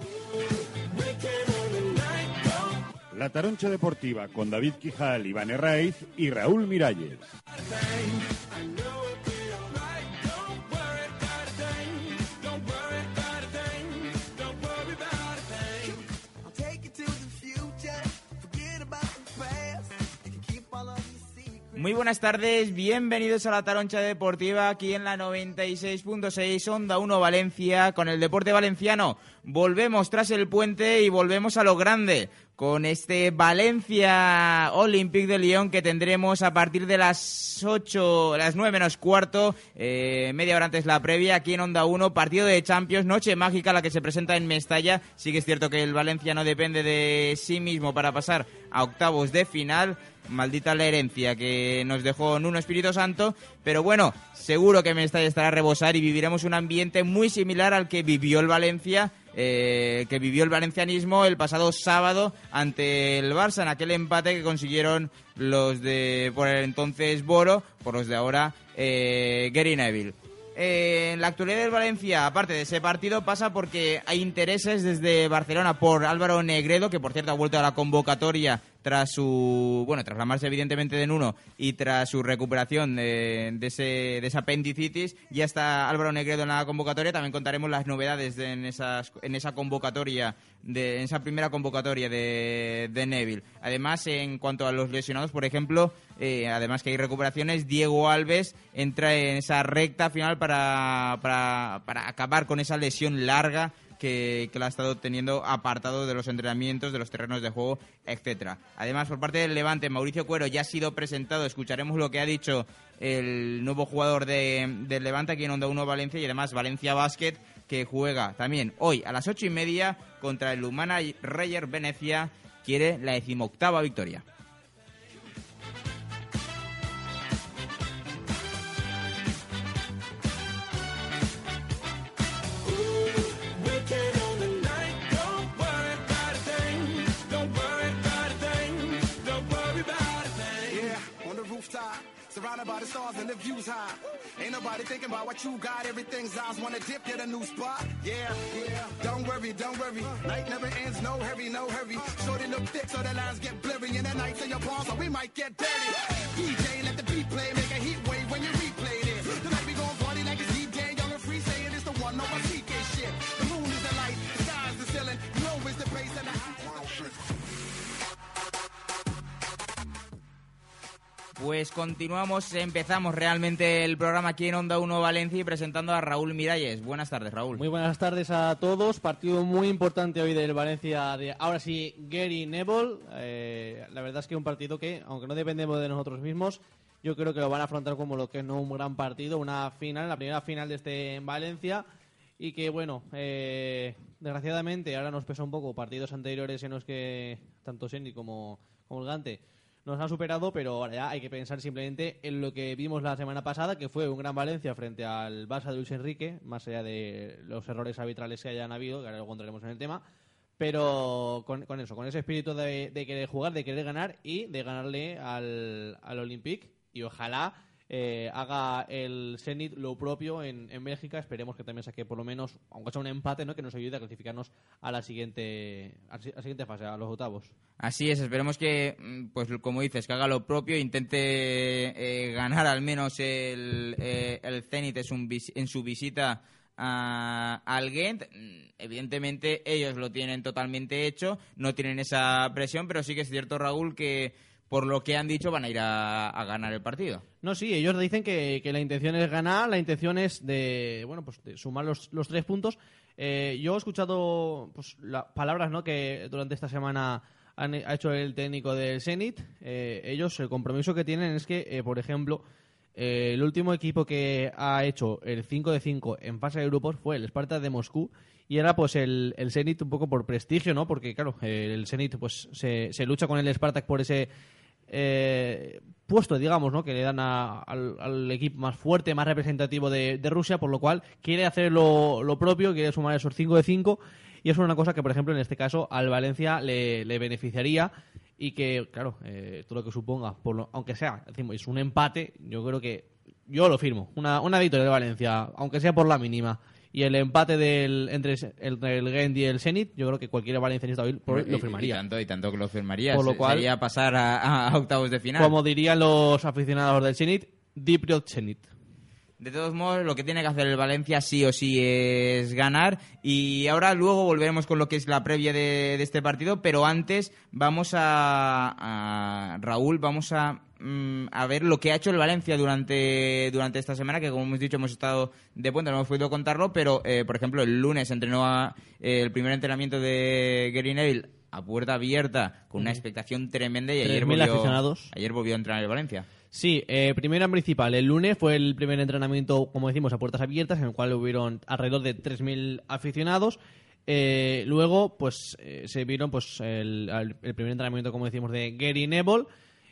La Taroncha Deportiva con David Quijal, Iván Herraiz y Raúl Miralles. Muy buenas tardes, bienvenidos a la Taroncha Deportiva, aquí en la 96.6 Onda 1 Valencia, con el deporte valenciano. Volvemos tras el puente y volvemos a lo grande, con este Valencia Olympique de Lyon que tendremos a partir de las 9 menos cuarto, media hora antes la previa, aquí en Onda 1, partido de Champions, noche mágica la que se presenta en Mestalla. Sí que es cierto que el Valencia no depende de sí mismo para pasar a octavos de final. Maldita la herencia que nos dejó Nuno Espíritu Santo, pero bueno, seguro que Mestalla estará a rebosar y viviremos un ambiente muy similar al que vivió el Valencia, que vivió el valencianismo el pasado sábado ante el Barça, en aquel empate que consiguieron los de por el entonces Boro, por los de ahora Gary Neville. En la actualidad del Valencia, aparte de ese partido, pasa porque hay intereses desde Barcelona por Álvaro Negredo, que por cierto ha vuelto a la convocatoria tras la marcha evidentemente de Nuno y tras su recuperación de esa apendicitis. Ya está Álvaro Negredo en la convocatoria. También contaremos las novedades en esa convocatoria, en esa primera convocatoria de Neville. Además, en cuanto a los lesionados, por ejemplo, además que hay recuperaciones, Diego Alves entra en esa recta final para acabar con esa lesión larga que la ha estado teniendo apartado de los entrenamientos, de los terrenos de juego, etcétera. Además, por parte del Levante, Mauricio Cuero ya ha sido presentado. Escucharemos lo que ha dicho el nuevo jugador del Levante aquí en Onda 1 Valencia, y además Valencia Basket, que juega también hoy a las 8:30 contra el Humana Reyer Venecia. Quiere la 18ª victoria. Surrounded by the stars and the views high. Ain't nobody thinking about what you got. Everything's ours. Wanna dip, get a new spot. Yeah, yeah. Don't worry, don't worry. Night never ends. No hurry, no hurry. Shorten the thick so the lines get blurry. And the nights in your palms, so we might get dirty. DJ, let the beat play. Make a heat wave when you replay this. Tonight we gon' party like it's DJ. Young and free, saying it's the one. No one TK shit. The moon is the light. The sky's the ceiling. Low is the bass and the high. Pues empezamos realmente el programa aquí en Onda 1 Valencia y presentando a Raúl Miralles. Buenas tardes, Raúl. Muy buenas tardes a todos. Partido muy importante hoy del Valencia de, ahora sí, Gary Neville. La verdad es que un partido que, aunque no dependemos de nosotros mismos, yo creo que lo van a afrontar como lo que es, no un gran partido, una final, la primera final de este en Valencia. Y que, bueno, desgraciadamente ahora nos pesa un poco partidos anteriores en los que tanto Senni como el Gante nos han superado, pero ahora ya hay que pensar simplemente en lo que vimos la semana pasada, que fue un gran Valencia frente al Barça de Luis Enrique, más allá de los errores arbitrales que hayan habido, que ahora lo encontraremos en el tema, pero con ese espíritu de querer jugar, de querer ganar y de ganarle al Olympique, y ojalá haga el Zenit lo propio en Bélgica. Esperemos que también saque por lo menos, aunque sea un empate, ¿no?, que nos ayude a clasificarnos a la siguiente fase, a los octavos. Así es, esperemos que, pues como dices, que haga lo propio, intente ganar al menos el Zenit en su visita al Ghent. Evidentemente ellos lo tienen totalmente hecho, no tienen esa presión, pero sí que es cierto, Raúl, que por lo que han dicho van a ir a ganar el partido. No, sí, ellos dicen que la intención es ganar, la intención es de sumar los 3 puntos. Yo he escuchado las palabras, ¿no?, que durante esta semana ha hecho el técnico del Zenit. Ellos, el compromiso que tienen es que, por ejemplo, el último equipo que ha hecho el 5 de 5 en fase de grupos fue el Spartak de Moscú, y era pues el Zenit un poco por prestigio, ¿no?, porque claro, el Zenit pues se lucha con el Spartak por ese puesto, digamos, ¿no?, que le dan al equipo más fuerte, más representativo de Rusia, por lo cual quiere hacer lo propio, quiere sumar esos 5 de 5, y eso es una cosa que, por ejemplo, en este caso al Valencia le beneficiaría, y que, claro, todo lo que suponga, aunque sea, decimos, es un empate, yo creo que yo lo firmo, una victoria de Valencia, aunque sea por la mínima, y el empate entre el Gent y el Zenit, yo creo que cualquier valencianista hoy lo firmaría. Y tanto que lo firmaría. Por lo cual, sería pasar a octavos de final. Como dirían los aficionados del Zenit, Dipriot Zenit. De todos modos, lo que tiene que hacer el Valencia sí o sí es ganar. Y ahora luego volveremos con lo que es la previa de este partido. Pero antes vamos Raúl, vamos a ver lo que ha hecho el Valencia durante esta semana, que como hemos dicho hemos estado de puente, no hemos podido contarlo. Pero, por ejemplo, el lunes entrenó el primer entrenamiento de Gary Neville a puerta abierta, con una expectación tremenda. Y ayer volvió a entrenar el Valencia. Sí, primero en principal, el lunes fue el primer entrenamiento, como decimos, a puertas abiertas, en el cual hubieron alrededor de 3.000 aficionados. Luego, pues, se vieron pues el primer entrenamiento, como decimos, de Gary Neville,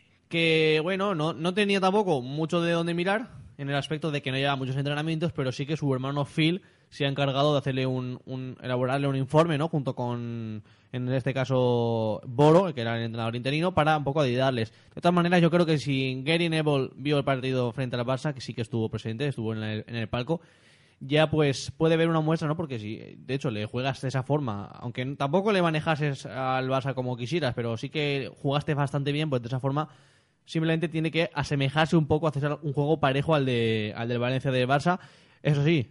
que, bueno, no tenía tampoco mucho de dónde mirar, en el aspecto de que no llevaba muchos entrenamientos, pero sí que su hermano Phil se ha encargado de hacerle elaborarle un informe, ¿no? Junto con, en este caso, Boro, que era el entrenador interino, para un poco ayudarles. De todas maneras, yo creo que si Gary Neville vio el partido frente al Barça, que sí que estuvo presente, estuvo en el palco, ya pues puede ver una muestra, ¿no? Porque si, de hecho, le juegas de esa forma, aunque tampoco le manejases al Barça como quisieras, pero sí que jugaste bastante bien, pues de esa forma simplemente tiene que asemejarse un poco, hacer un juego parejo al del Valencia del Barça. Eso sí,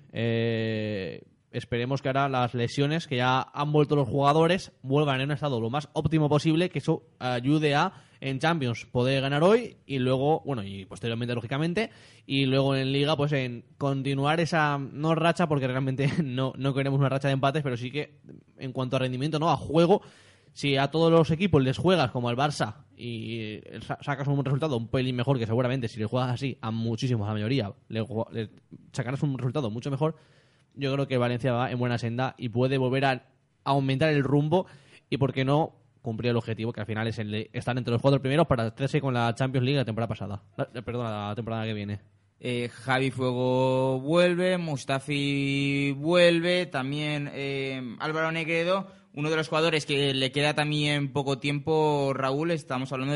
esperemos que ahora las lesiones, que ya han vuelto los jugadores, vuelvan en un estado lo más óptimo posible, que eso ayude a, en Champions, poder ganar hoy y luego, bueno, y posteriormente, lógicamente, y luego en Liga, pues en continuar esa, no racha, porque realmente no queremos una racha de empates, pero sí que en cuanto a rendimiento, no a juego, si a todos los equipos les juegas como al Barça y sacas un resultado un pelín mejor, que seguramente si le juegas así a muchísimos, a la mayoría, le sacarás un resultado mucho mejor, yo creo que Valencia va en buena senda y puede volver a aumentar el rumbo y, ¿por qué no?, cumplir el objetivo, que al final es el de estar entre los 4 primeros para hacerse con la Champions League la temporada pasada. La temporada que viene. Javi Fuego vuelve, Mustafi vuelve, también Álvaro Negredo, uno de los jugadores que le queda también poco tiempo, Raúl, estamos hablando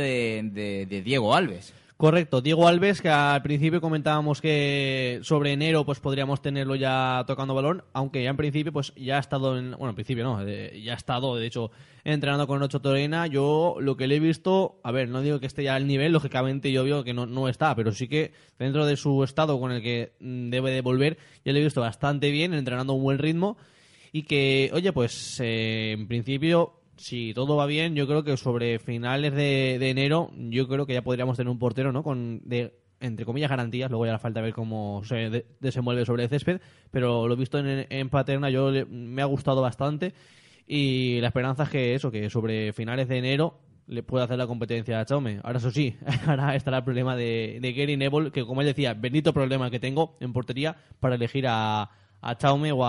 de Diego Alves. Correcto, Diego Alves, que al principio comentábamos que sobre enero pues podríamos tenerlo ya tocando balón, aunque ya en principio pues ya ha estado ya ha estado de hecho entrenando con Ocho Torena. Yo lo que le he visto, a ver, no digo que esté ya al nivel, lógicamente yo veo que no está, pero sí que dentro de su estado con el que debe de volver, ya le he visto bastante bien, entrenando a un buen ritmo y que, oye, pues en principio, si todo va bien, yo creo que sobre finales de enero, yo creo que ya podríamos tener un portero, ¿no? Entre comillas, garantías. Luego ya falta ver cómo se desenvuelve sobre el césped. Pero lo visto en Paterna, me ha gustado bastante. Y la esperanza es que sobre finales de enero le pueda hacer la competencia a Chaume. Ahora, eso sí, ahora estará el problema de Gary Neville, que, como él decía, bendito problema que tengo en portería para elegir a Chaume o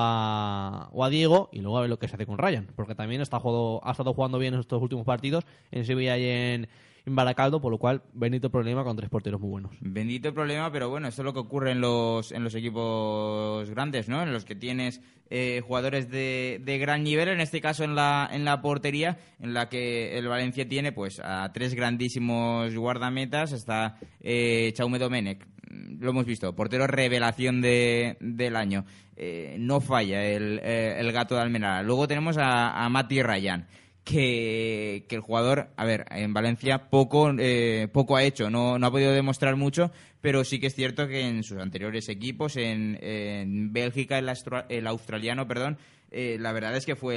a Diego, y luego a ver lo que se hace con Ryan, porque también ha estado jugando bien en estos últimos partidos en Sevilla y en Baracaldo, por lo cual bendito problema con 3 porteros muy buenos. Bendito problema, pero bueno, eso es lo que ocurre en los equipos grandes, ¿no? En los que tienes jugadores de gran nivel, en este caso en la portería, en la que el Valencia tiene pues a 3 grandísimos guardametas. Está Jaume Domènech, lo hemos visto, portero revelación del año. No falla el gato de Almenara. Luego tenemos a Mati Ryan, que el jugador, a ver, en Valencia poco ha hecho, no ha podido demostrar mucho, pero sí que es cierto que en sus anteriores equipos, en Bélgica, el australiano, perdón, la verdad es que fue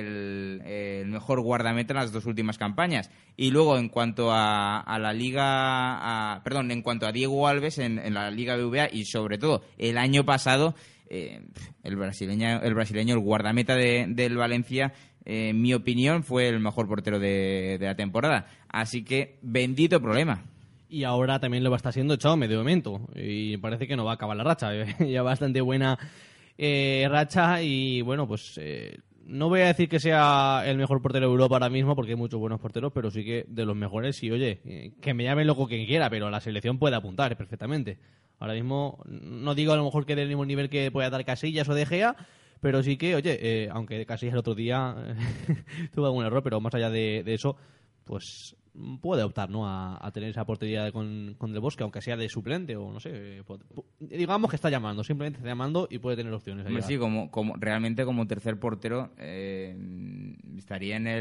el mejor guardameta en las 2 últimas campañas. Y luego, en cuanto a la Liga, en cuanto a Diego Alves en la Liga BBVA, y sobre todo el año pasado, el brasileño, el guardameta del Valencia, en mi opinión, fue el mejor portero de la temporada. Así que, bendito problema. Y ahora también lo va a estar siendo Chaume de momento. Y parece que no va a acabar la racha. Ya bastante buena racha. Y bueno, pues no voy a decir que sea el mejor portero de Europa ahora mismo, porque hay muchos buenos porteros, pero sí que de los mejores. Y oye, que me llame loco quien quiera, pero la selección puede apuntar perfectamente. Ahora mismo, no digo a lo mejor que del mismo nivel que pueda dar Casillas o De Gea, pero sí que, oye, aunque Casillas el otro día tuvo algún error, pero más allá de eso, pues puede optar, ¿no?, a tener esa portería con Del Bosque, aunque sea de suplente o no sé. Digamos que está llamando, simplemente está llamando y puede tener opciones. Hombre, sí, realmente como tercer portero estaría en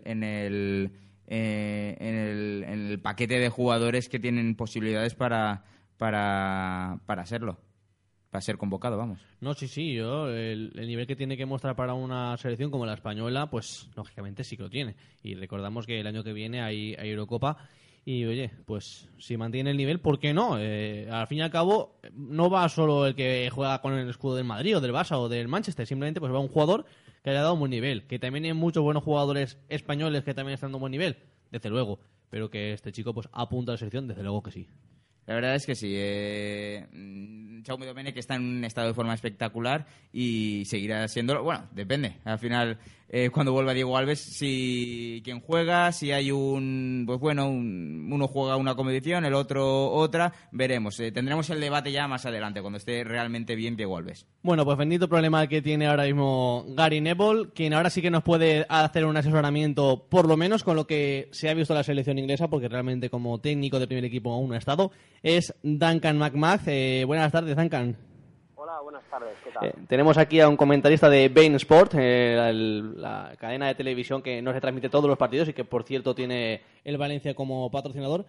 el paquete de jugadores que tienen posibilidades para serlo. Para ser convocado, vamos. No, sí, yo el nivel que tiene que mostrar para una selección como la española, pues lógicamente sí que lo tiene. Y recordamos que el año que viene hay Eurocopa y, oye, pues si mantiene el nivel, ¿por qué no? Al fin y al cabo, no va solo el que juega con el escudo del Madrid o del Barça o del Manchester, simplemente pues va un jugador que haya dado un buen nivel, que también hay muchos buenos jugadores españoles que también están dando un buen nivel, desde luego, pero que este chico pues apunta a la selección, desde luego que sí. La verdad es que sí. Jaume Domènech está en un estado de forma espectacular y seguirá siendo... Bueno, depende. Al final, cuando vuelva Diego Alves, si quien juega, si hay uno juega una competición, el otro otra, veremos. Tendremos el debate ya más adelante, cuando esté realmente bien Diego Alves. Bueno, pues bendito problema que tiene ahora mismo Gary Neville, quien ahora sí que nos puede hacer un asesoramiento, por lo menos con lo que se ha visto en la selección inglesa, porque realmente como técnico de primer equipo aún no ha estado, es Duncan McMath. Buenas tardes, Duncan. Hola, buenas tardes, ¿qué tal? Tenemos aquí a un comentarista de Bein Sport, la cadena de televisión que no se transmite todos los partidos y que, por cierto, tiene el Valencia como patrocinador.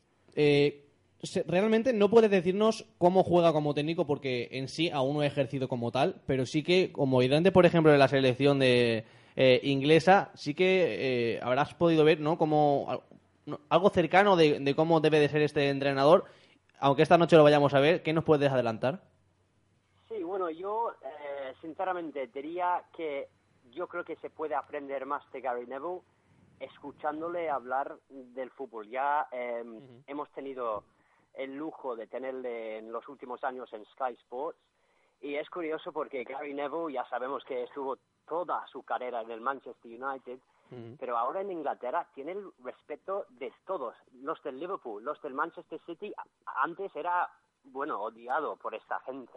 Realmente no puedes decirnos cómo juega como técnico porque en sí aún no ha ejercido como tal, pero sí que como ayudante, por ejemplo, de la selección de inglesa, sí que habrás podido ver, ¿no?, como algo cercano de cómo debe de ser este entrenador. Aunque esta noche lo vayamos a ver, ¿qué nos puedes adelantar? Sí, bueno, yo sinceramente diría que yo creo que se puede aprender más de Gary Neville escuchándole hablar del fútbol. Ya hemos tenido el lujo de tenerle en los últimos años en Sky Sports y es curioso porque Gary Neville ya sabemos que estuvo toda su carrera en el Manchester United, pero ahora en Inglaterra tiene el respeto de todos. Los del Liverpool, los del Manchester City, antes era, odiado por esta gente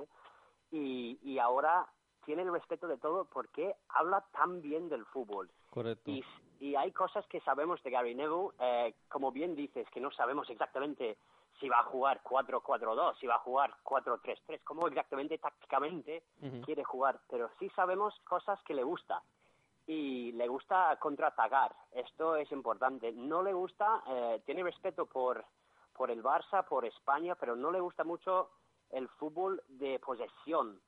y ahora tiene el respeto de todo porque habla tan bien del fútbol. Correcto. Y hay cosas que sabemos de Gary Neville, como bien dices, que no sabemos exactamente si va a jugar 4-4-2, si va a jugar 4-3-3, cómo exactamente tácticamente quiere jugar, pero sí sabemos cosas que le gusta. Y le gusta contraatacar, esto es importante. No le gusta, tiene respeto por el Barça, por España, pero no le gusta mucho el fútbol de posesión.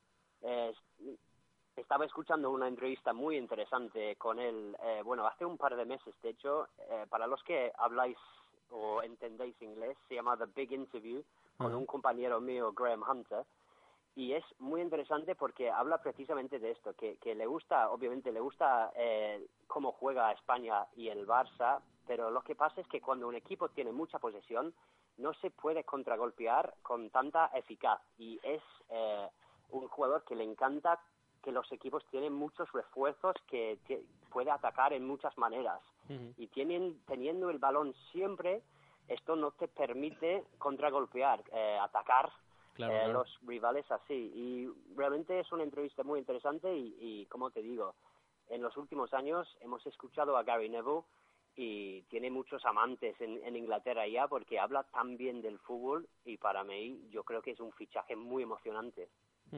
Estaba escuchando una entrevista muy interesante con él, hace un par de meses, de hecho, para los que habláis o entendéis inglés, se llama The Big Interview, con un compañero mío, Graham Hunter. Y es muy interesante porque habla precisamente de esto, que le gusta, obviamente le gusta cómo juega España y el Barça, pero lo que pasa es que cuando un equipo tiene mucha posesión, no se puede contragolpear con tanta eficaz. Y es un jugador que le encanta que los equipos tienen muchos refuerzos que puede atacar en muchas maneras. Y teniendo el balón siempre, esto no te permite contragolpear, atacar. Claro. Los rivales así. Y realmente es una entrevista muy interesante y como te digo, en los últimos años hemos escuchado a Gary Neville y tiene muchos amantes en Inglaterra ya porque habla tan bien del fútbol y para mí yo creo que es un fichaje muy emocionante.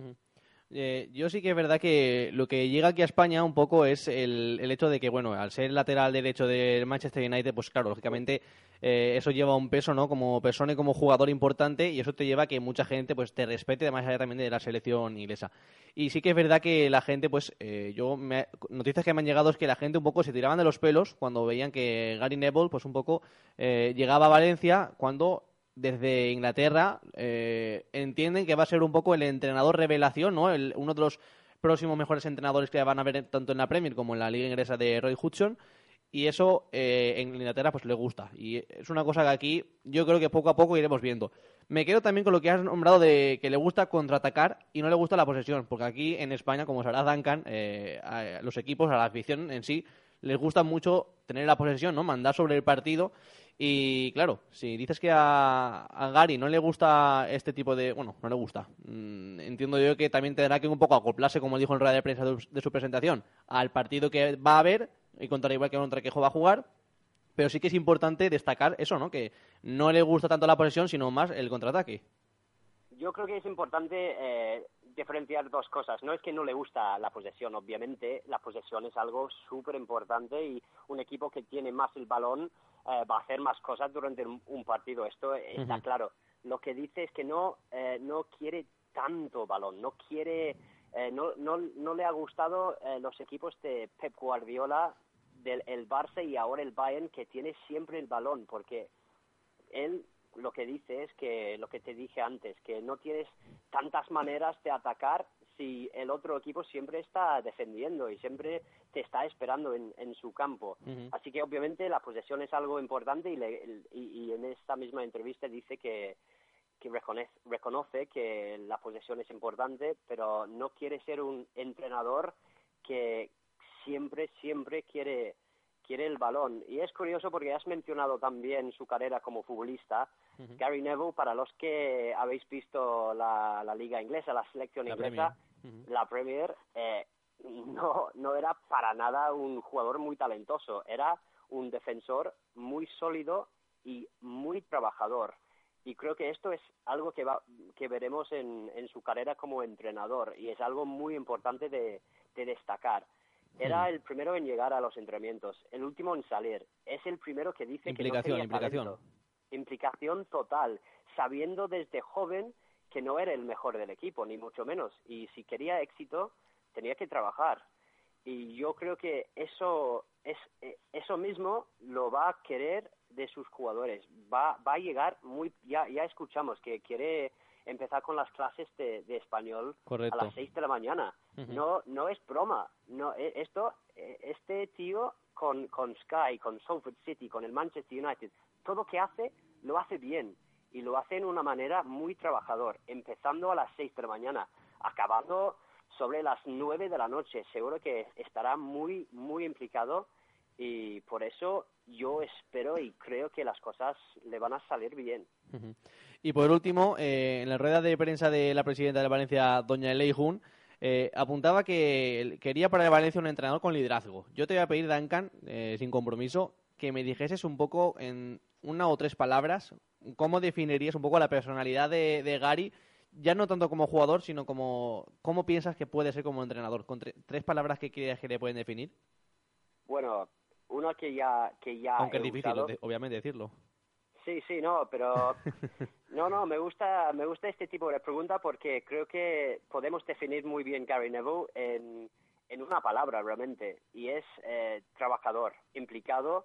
Yo sí que es verdad que lo que llega aquí a España un poco es el hecho de que, al ser lateral derecho del Manchester United, pues claro, lógicamente eso lleva un peso, ¿no?, como persona y como jugador importante, y eso te lleva a que mucha gente pues te respete, además allá también de la selección inglesa. Y sí que es verdad que la gente, pues noticias que me han llegado es que la gente un poco se tiraban de los pelos cuando veían que Gary Neville pues un poco llegaba a Valencia cuando desde Inglaterra entienden que va a ser un poco el entrenador revelación, ¿no?, uno de los próximos mejores entrenadores que van a ver tanto en la Premier como en la Liga Inglesa de Roy Hodgson, y eso en Inglaterra pues le gusta, y es una cosa que aquí yo creo que poco a poco iremos viendo. Me quedo también con lo que has nombrado de que le gusta contraatacar y no le gusta la posesión, porque aquí en España, como sabrá Duncan, a los equipos, a la afición en sí, les gusta mucho tener la posesión, ¿no?, mandar sobre el partido. Y claro, si dices que a Gary no le gusta este tipo de... no le gusta. Entiendo yo que también tendrá que un poco acoplarse, como dijo en rueda de prensa de su presentación, al partido que va a haber y contra igual que contra qué va a jugar. pero sí que es importante destacar eso, ¿no? Que no le gusta tanto la posesión, sino más el contraataque. Yo creo que es importante diferenciar dos cosas. No es que no le gusta la posesión, obviamente la posesión es algo súper importante y un equipo que tiene más el balón va a hacer más cosas durante un partido, esto está claro. Lo que dice es que no quiere tanto balón, no quiere, no le ha gustado los equipos de Pep Guardiola, el Barça y ahora el Bayern, que tiene siempre el balón, porque él lo que dice es que, lo que te dije antes, que no tienes tantas maneras de atacar si el otro equipo siempre está defendiendo y siempre te está esperando en su campo. Así que obviamente la posesión es algo importante y en esta misma entrevista dice que reconoce que la posesión es importante, pero no quiere ser un entrenador que siempre quiere el balón. Y es curioso porque has mencionado también su carrera como futbolista. Gary Neville, para los que habéis visto la liga inglesa, la selección inglesa, la Premier, no era para nada un jugador muy talentoso. Era un defensor muy sólido y muy trabajador. Y creo que esto es algo que veremos en su carrera como entrenador y es algo muy importante de destacar. Era el primero en llegar a los entrenamientos, el último en salir. Es el primero que dice que no tenía talento. Implicación total, sabiendo desde joven que no era el mejor del equipo, ni mucho menos. Y si quería éxito, tenía que trabajar. Y yo creo que eso mismo lo va a querer de sus jugadores. Va a llegar ya escuchamos que quiere empezar con las clases de español. Correcto. A las 6 de la mañana. No es broma. No, este tío con Sky, con Salford City, con el Manchester United, todo que hace, lo hace bien. Y lo hace en una manera muy trabajador. Empezando a las 6 de la mañana, acabando sobre las 9 de la noche. Seguro que estará muy, muy implicado. Y por eso yo espero y creo que las cosas le van a salir bien. Y por último, en la rueda de prensa de la presidenta de Valencia, doña Elei Jun, apuntaba que quería para el Valencia un entrenador con liderazgo. Yo te voy a pedir, Duncan, sin compromiso, que me dijeses un poco en una o tres palabras cómo definirías un poco la personalidad de Gary, ya no tanto como jugador, sino como cómo piensas que puede ser como entrenador. Con tres palabras que creas que le pueden definir. Bueno, una que ya aunque es difícil, usado. obviamente, decirlo. Sí, no, pero no, me gusta este tipo de pregunta porque creo que podemos definir muy bien Gary Neville en una palabra realmente, y es trabajador, implicado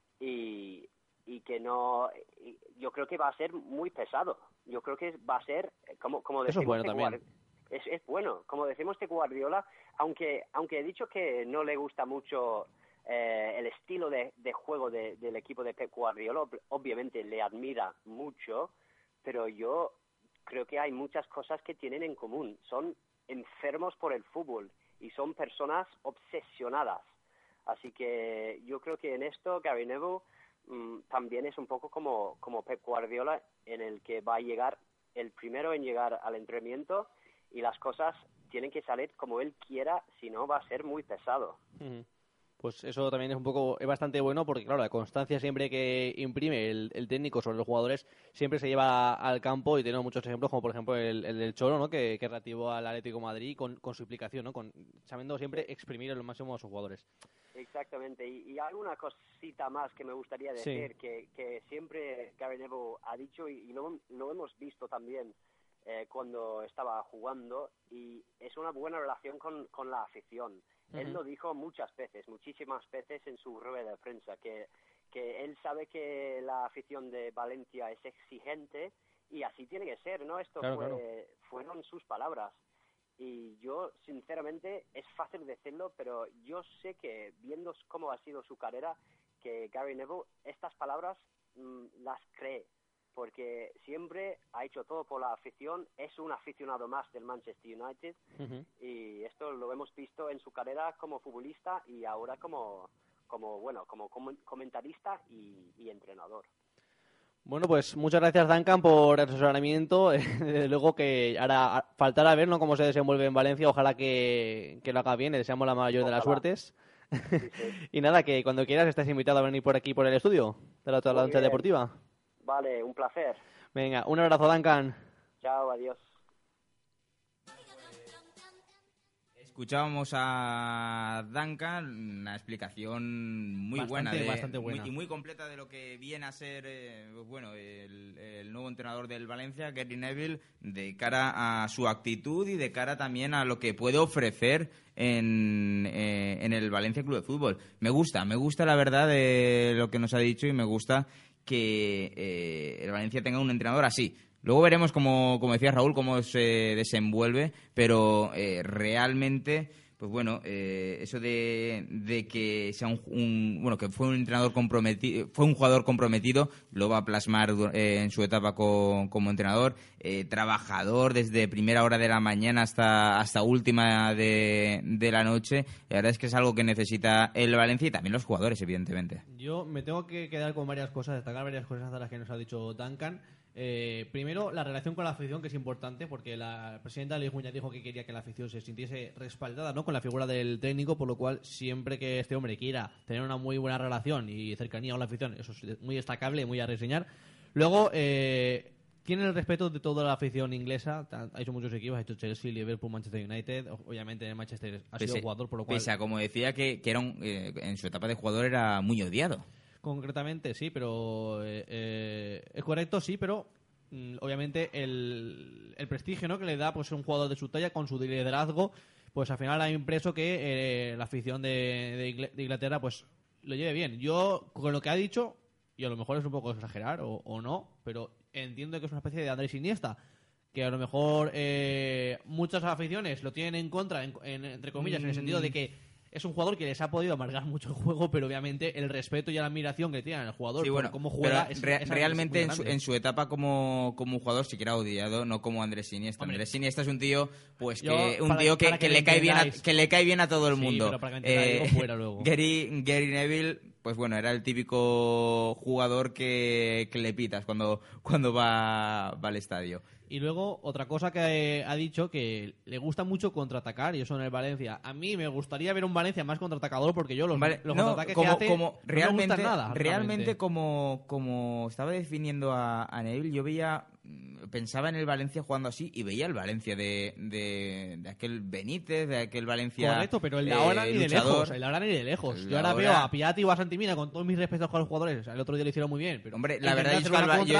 y que no, yo creo que va a ser muy pesado. Yo creo que va a ser como decimos. Eso es bueno también. Es bueno, como decimos de Guardiola, aunque he dicho que no le gusta mucho el estilo de juego del equipo de Pep Guardiola, obviamente le admira mucho, pero yo creo que hay muchas cosas que tienen en común. Son enfermos por el fútbol y son personas obsesionadas. Así que yo creo que en esto Gary Neville también es un poco como Pep Guardiola, en el que va a llegar el primero en llegar al entrenamiento y las cosas tienen que salir como él quiera, si no va a ser muy pesado. Pues eso también es bastante bueno porque, claro, la constancia siempre que imprime el técnico sobre los jugadores siempre se lleva al campo, y tenemos muchos ejemplos, como por ejemplo el del Cholo, ¿no? que reactivó al Atlético de Madrid con su implicación, ¿no? Sabiendo siempre exprimir en lo máximo a sus jugadores. Exactamente, y hay una cosita más que me gustaría decir, sí, que siempre Gary Neville ha dicho, y lo hemos visto también cuando estaba jugando, y es una buena relación con la afición. Él lo dijo muchísimas veces en su rueda de prensa, que él sabe que la afición de Valencia es exigente y así tiene que ser, ¿no? Esto fueron sus palabras. Y yo, sinceramente, es fácil decirlo, pero yo sé que, viendo cómo ha sido su carrera, que Gary Neville estas palabras las cree, porque siempre ha hecho todo por la afición, es un aficionado más del Manchester United, y esto lo hemos visto en su carrera como futbolista y ahora como comentarista y entrenador. Bueno, pues muchas gracias, Duncan, por el asesoramiento. Desde luego que ahora faltará ver, ¿no?, cómo se desenvuelve en Valencia. Ojalá que lo haga bien. Le deseamos la mayor de las suertes. Y nada, que cuando quieras estás invitado a venir por aquí, por el estudio de la Taroncha Deportiva. Vale, un placer. Venga, un abrazo, Duncan. Chao, adiós. Escuchábamos a Duncan, una explicación muy bastante buena. Y muy completa de lo que viene a ser el nuevo entrenador del Valencia, Gary Neville, de cara a su actitud y de cara también a lo que puede ofrecer en el Valencia Club de Fútbol. Me gusta la verdad de lo que nos ha dicho y me gusta que el Valencia tenga un entrenador así. Luego veremos, como decía Raúl, cómo se desenvuelve, pero realmente, pues bueno, eso de que sea que fue un entrenador comprometido, fue un jugador comprometido, lo va a plasmar en su etapa como entrenador, trabajador desde primera hora de la mañana hasta última de la noche. La verdad es que es algo que necesita el Valencia y también los jugadores, evidentemente. Yo me tengo que quedar con varias cosas, destacar varias cosas de las que nos ha dicho Duncan. Primero, la relación con la afición, que es importante, porque la presidenta Liz Muñoz dijo que quería que la afición se sintiese respaldada, ¿no?, con la figura del técnico, por lo cual siempre que este hombre quiera tener una muy buena relación y cercanía con la afición, eso es muy destacable y muy a reseñar. Luego, tiene el respeto de toda la afición inglesa, ha hecho muchos equipos, ha hecho Chelsea, Liverpool, Manchester United, obviamente en el Manchester ha sido jugador, por lo cual... Pese a, como decía, que era en su etapa de jugador era muy odiado. Concretamente sí, pero es correcto, sí, pero obviamente el prestigio, ¿no?, que le da pues un jugador de su talla con su liderazgo, pues al final ha impreso que la afición de Inglaterra pues lo lleve bien. Yo, con lo que ha dicho, y a lo mejor es un poco exagerar o no, pero entiendo que es una especie de Andrés Iniesta, que a lo mejor muchas aficiones lo tienen en contra, entre comillas, en el sentido de que es un jugador que les ha podido amargar mucho el juego, pero obviamente el respeto y la admiración que tienen al jugador por cómo juega realmente en su etapa como jugador sí que era odiado, no como Andrés Iniesta. Hombre, Andrés Iniesta es un tío que le cae bien a todo el mundo. Pero para que algo fuera luego. Gary Neville, pues bueno, era el típico jugador que le pitas cuando va al estadio. Y luego, otra cosa que ha dicho, que le gusta mucho contraatacar, y eso en el Valencia. A mí me gustaría ver un Valencia más contraatacador, porque yo los contraataques que hace no me gustan nada. Realmente, como estaba definiendo a Neville, yo pensaba en el Valencia jugando así y veía el Valencia de aquel Benítez, de aquel Valencia. Correcto, pero el de ahora ni de lejos. Yo ahora veo a Piatti o a Santimina, con todos mis respetos con los jugadores. El otro día lo hicieron muy bien. Pero hombre, la verdad es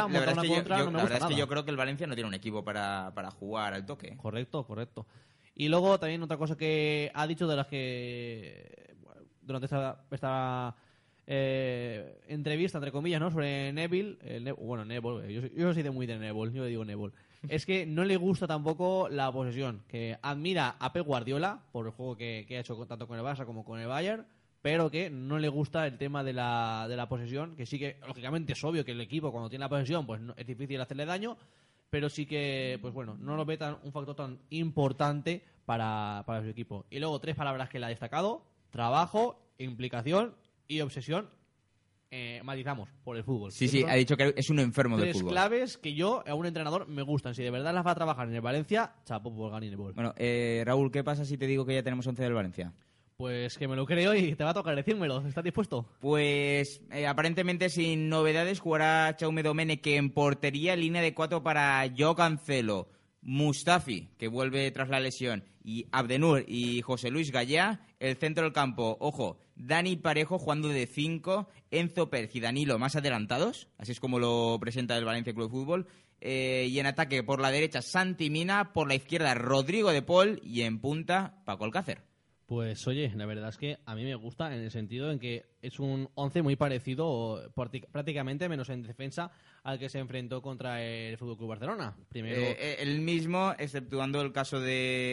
que yo creo que el Valencia no tiene un equipo para jugar al toque. Correcto. Y luego también otra cosa que ha dicho, de las que durante esta entrevista, entre comillas, ¿no?, sobre Neville, Neville, yo soy muy de Neville, yo le digo Neville, es que no le gusta tampoco la posesión, que admira a Pep Guardiola por el juego que ha hecho tanto con el Barça como con el Bayern, pero que no le gusta el tema de la posesión, que sí que lógicamente es obvio que el equipo cuando tiene la posesión pues es difícil hacerle daño, pero sí que pues bueno, no lo ve un factor tan importante para su equipo. Y luego 3 palabras que le ha destacado: trabajo, implicación y obsesión, matizamos, por el fútbol. Sí, ha dicho que es un enfermo del fútbol. 3 claves que yo, a un entrenador, me gustan. Si de verdad las va a trabajar en el Valencia, chapo por Gary Neville. Bueno, Raúl, ¿qué pasa si te digo que ya tenemos 11 del Valencia? Pues que me lo creo y te va a tocar decírmelo. ¿Estás dispuesto? Pues aparentemente sin novedades jugará Jaume Domènech en portería, línea de 4 para Joao Cancelo, Mustafi, que vuelve tras la lesión, y Abdenur y José Luis Gallá. El centro del campo, ojo, Dani Parejo jugando de 5, Enzo Pérez y Danilo más adelantados, así es como lo presenta el Valencia Club de Fútbol. Y en ataque por la derecha Santi Mina, por la izquierda Rodrigo de Paul y en punta Paco Alcácer. Pues oye, la verdad es que a mí me gusta en el sentido en que es un 11 muy parecido, prácticamente menos en defensa, al que se enfrentó contra el FC Barcelona. Primero, el mismo, exceptuando el caso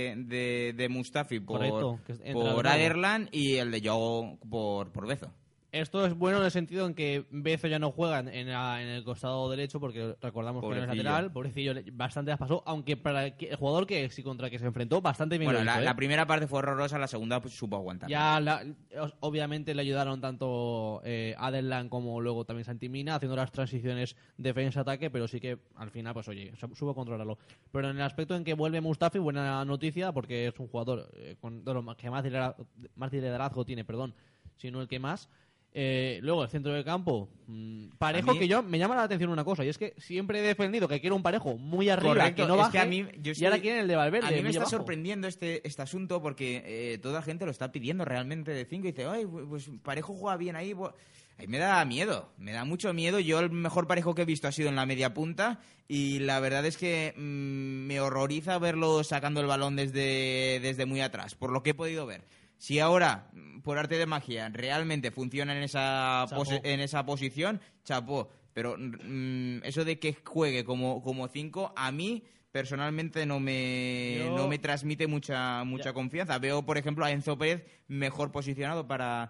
de Mustafi por correcto, Aderlan y el de Joao por Bezo. Esto es bueno en el sentido en que Bezo ya no juega en el costado derecho, porque recordamos que era el lateral. Pobrecillo, bastante las pasó, aunque para el jugador contra el que se enfrentó, bastante bien. Bueno, lo hizo, la primera parte fue horrorosa, la segunda pues, supo aguantar. Ya, obviamente le ayudaron tanto Adelan como luego también Santimina, haciendo las transiciones defensa-ataque, pero sí que al final, pues oye, supo controlarlo. Pero en el aspecto en que vuelve Mustafi, buena noticia, porque es un jugador de los que más liderazgo tiene, sino el que más. Luego el centro del campo, Parejo, que yo me llama la atención una cosa, y es que siempre he defendido que quiero un Parejo muy arriba, correcto, que no baje, y ahora quieren el de Valverde. A mí me está abajo. sorprendiendo este asunto porque toda la gente lo está pidiendo realmente de 5 y dice, ay, pues Parejo juega bien ahí. Ahí me da miedo, me da mucho miedo. Yo el mejor Parejo que he visto ha sido en la media punta y la verdad es que me horroriza verlo sacando el balón desde muy atrás, por lo que he podido ver. Si ahora, por arte de magia, realmente funciona en esa posición, chapó. Pero eso de que juegue como 5, a mí personalmente no me transmite mucha confianza. Veo, por ejemplo, a Enzo Pérez mejor posicionado para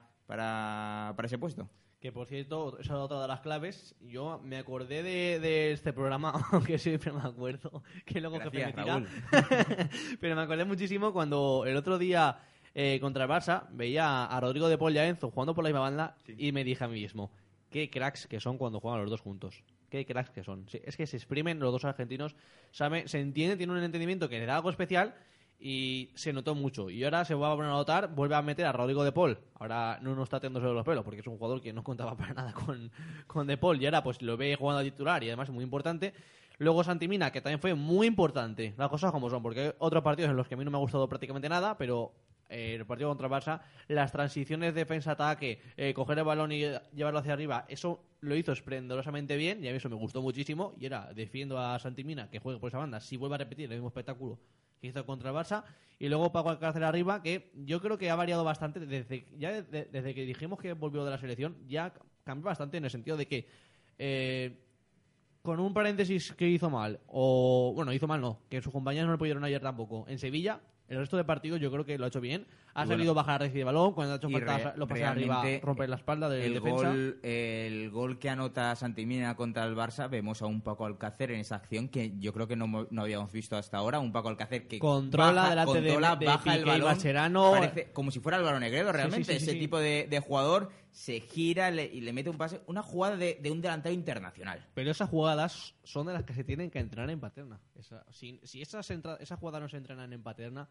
ese puesto. Que, por cierto, esa es otra de las claves. Yo me acordé de este programa, aunque siempre me acuerdo, que luego Gracias, jefe me tira. Raúl. Pero me acordé muchísimo cuando el otro día contra el Barça veía a Rodrigo de Paul y a Enzo jugando por la misma banda y me dije a mí mismo, qué cracks que son cuando juegan los dos juntos. Qué cracks que son. Sí, es que se exprimen los dos argentinos, se entienden, tienen un entendimiento que le da algo especial y se notó mucho. Y ahora se va a poner a notar, vuelve a meter a Rodrigo de Paul. Ahora no está atendiéndose de los pelos porque es un jugador que no contaba para nada con de Paul y ahora pues lo ve jugando a titular y además es muy importante. Luego Santimina, que también fue muy importante, las cosas como son, porque hay otros partidos en los que a mí no me ha gustado prácticamente nada, pero el partido contra el Barça, las transiciones defensa-ataque, coger el balón y llevarlo hacia arriba, eso lo hizo esplendorosamente bien y a mí eso me gustó muchísimo y era defiendo a Santimina que juegue por esa banda, si vuelve a repetir el mismo espectáculo que hizo contra el Barça, y luego Paco Alcácer arriba, que yo creo que ha variado bastante desde que dijimos que volvió de la selección, ya cambió bastante en el sentido de que con un paréntesis que hizo mal, hizo mal no, que sus compañeros no le pudieron ayer tampoco, en Sevilla, el resto de partidos yo creo que lo ha hecho bien. Ha sabido bajar a recibir el balón, cuando ha hecho falta lo pasa arriba, romper la espalda del defensa. El gol que anota Santimina contra el Barça, vemos a un Paco Alcácer en esa acción que yo creo que no habíamos visto hasta ahora. Un Paco Alcácer que controla delante de baja el balón, Mascherano. Parece como si fuera Álvaro Negredo realmente. Sí. Tipo de jugador se gira y le mete un pase. Una jugada de un delantero internacional. Pero esas jugadas son de las que se tienen que entrenar en Paterna. Si esas jugadas no se entrenan en Paterna,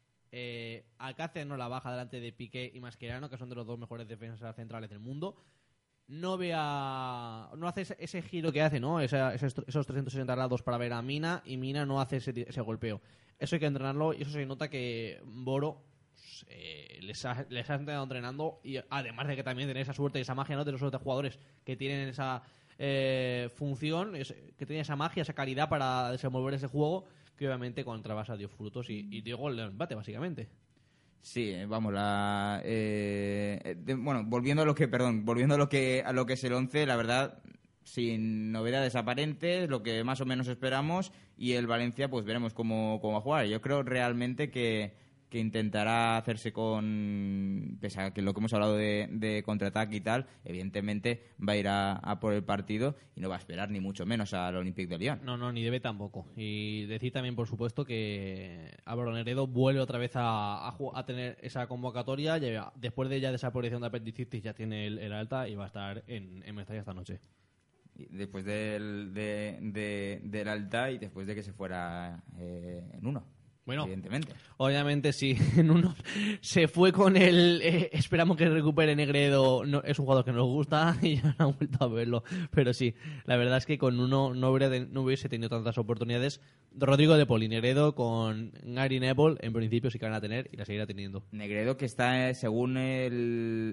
Alcácer no la baja delante de Piqué y Mascherano, que son de los dos mejores defensas centrales del mundo. No hace ese giro que hace, ¿no? Esos 360 grados para ver a Mina, y Mina no hace ese golpeo. Eso hay que entrenarlo y eso se nota que Boro les ha estado entrenando, y además de que también tiene esa suerte y esa magia, ¿no?, de los otros jugadores que tienen esa función, que tienen esa magia, esa calidad para desenvolver ese juego, que obviamente contra Barça dio frutos y dio gol de empate, básicamente. Sí, vamos, volviendo a lo que es el 11, la verdad, sin novedades aparentes, lo que más o menos esperamos, y el Valencia, pues veremos cómo va a jugar. Yo creo realmente que intentará hacerse pese a que lo que hemos hablado de contraataque y tal, evidentemente va a ir a por el partido y no va a esperar ni mucho menos al Olympique de Lyon. No, ni debe tampoco. Y decir también, por supuesto, que Álvaro Negredo vuelve otra vez a tener esa convocatoria. Después de esa aparición de apendicitis ya tiene el alta y va a estar en Mestalla esta noche. Después del alta y después de que se fuera en uno. Bueno, evidentemente. Obviamente sí, en uno se fue con el esperamos que recupere Negredo, no, es un jugador que nos gusta y ya no han vuelto a verlo, pero sí, la verdad es que con uno no hubiese tenido tantas oportunidades. Rodrigo de Paul y Negredo con Gary Neville en principio sí que van a tener y la seguirá teniendo. Negredo, que está según el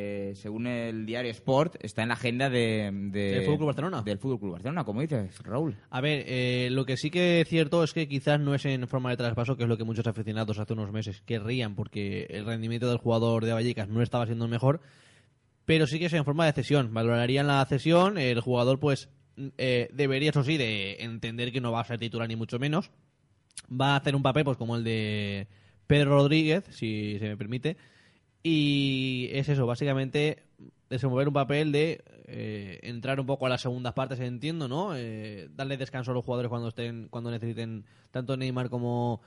diario Sport, está en la agenda del Fútbol Club Barcelona. Del Fútbol Club Barcelona, como dices, Raúl. A ver, lo que sí que es cierto es que quizás no es en forma de traspaso, que es lo que muchos aficionados hace unos meses querrían, porque el rendimiento del jugador de Vallecas no estaba siendo el mejor, pero sí que es en forma de cesión. Valorarían la cesión, el jugador pues debería, eso sí, de entender que no va a ser titular ni mucho menos, va a hacer un papel pues como el de Pedro Rodríguez, si se me permite, y es eso, básicamente desenvolver un papel de entrar un poco a las segundas partes, entiendo, ¿no? Darle descanso a los jugadores cuando necesiten tanto Neymar como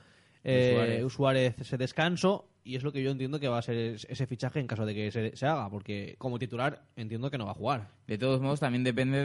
Suárez ese descanso, y es lo que yo entiendo que va a ser ese fichaje en caso de que se haga, porque como titular entiendo que no va a jugar. De todos modos, también depende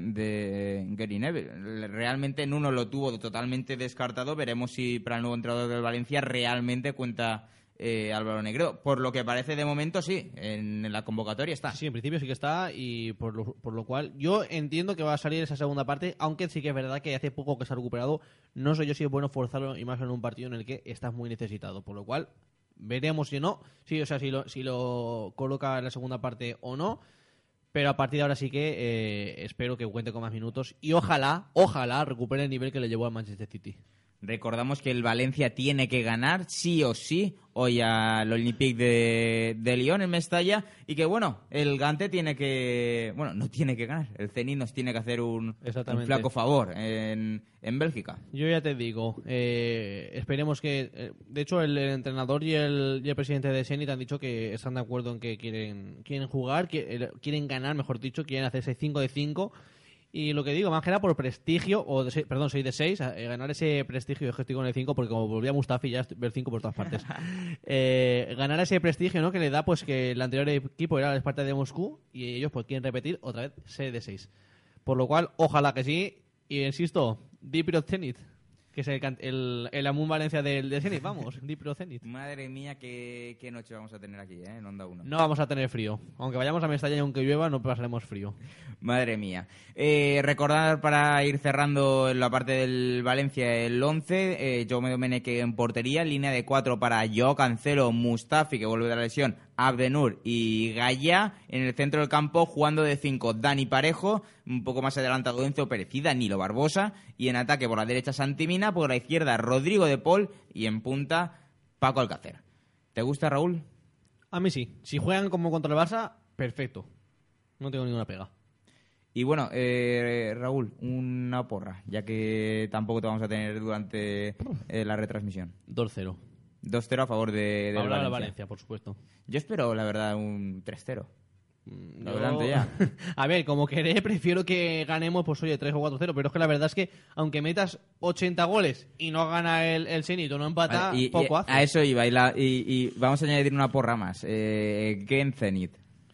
de Gary Neville. Realmente Nuno lo tuvo totalmente descartado. Veremos si para el nuevo entrenador del Valencia realmente cuenta Álvaro Negredo. Por lo que parece de momento sí, en la convocatoria está. Sí, en principio sí que está, y por lo cual yo entiendo que va a salir esa segunda parte, aunque sí que es verdad que hace poco que se ha recuperado. No sé yo si es bueno forzarlo, y más en un partido en el que estás muy necesitado, por lo cual veremos si no, sí, o sea, si lo coloca en la segunda parte o no. Pero a partir de ahora sí que espero que cuente con más minutos y ojalá recupere el nivel que le llevó al Manchester City. Recordamos que el Valencia tiene que ganar sí o sí hoy al Olympique de Lyon en Mestalla, y que bueno, el Gante tiene que... Bueno, no tiene que ganar, el Zenit nos tiene que hacer un flaco favor en Bélgica. Yo ya te digo, esperemos que... de hecho, el entrenador y el presidente de Zenit han dicho que están de acuerdo en que quieren jugar, quieren ganar, mejor dicho, quieren hacerse 5 de 5. Y lo que digo, más que nada por prestigio, 6 de 6, ganar ese prestigio, yo estoy con el 5, porque como volví a Mustafi ya ver 5 por todas partes. Ganar ese prestigio, ¿no?, que le da pues que el anterior equipo era el Sparta de Moscú, y ellos pues quieren repetir otra vez 6 de 6. Por lo cual, ojalá que sí, y insisto, Dipro Zenit, que es el Amun Valencia del Zenit, vamos, Dipro Zenit. Madre mía, qué noche vamos a tener aquí, en Onda 1. No vamos a tener frío. Aunque vayamos a Mestalla y aunque llueva, no pasaremos frío. Madre mía. Recordar, para ir cerrando en la parte del Valencia, el 11, Jaume Domenech en portería, línea de 4 para Joao Cancelo, Mustafi, que vuelve de la lesión, Abdenur y Gaya. En el centro del campo, jugando de 5, Dani Parejo, un poco más adelantado Enzo Pérez y Danilo Barbosa, y en ataque por la derecha Santi Mina, por la izquierda Rodrigo de Paul, y en punta Paco Alcácer. ¿Te gusta, Raúl? A mí sí. Si juegan como contra el Barça, perfecto. No tengo ninguna pega. Y bueno, Raúl, una porra, ya que tampoco te vamos a tener durante la retransmisión. 2-0. 2-0 a favor de Valencia. Valencia, por supuesto. Yo espero, la verdad, un 3-0. Adelante ya. A ver, como queré, prefiero que ganemos, pues oye, 3 o 4-0, pero es que la verdad es que aunque metas 80 goles y no gana el Zenit o no empata, vale, poco hace. A eso iba, y vamos a añadir una porra más. Gen Zenit.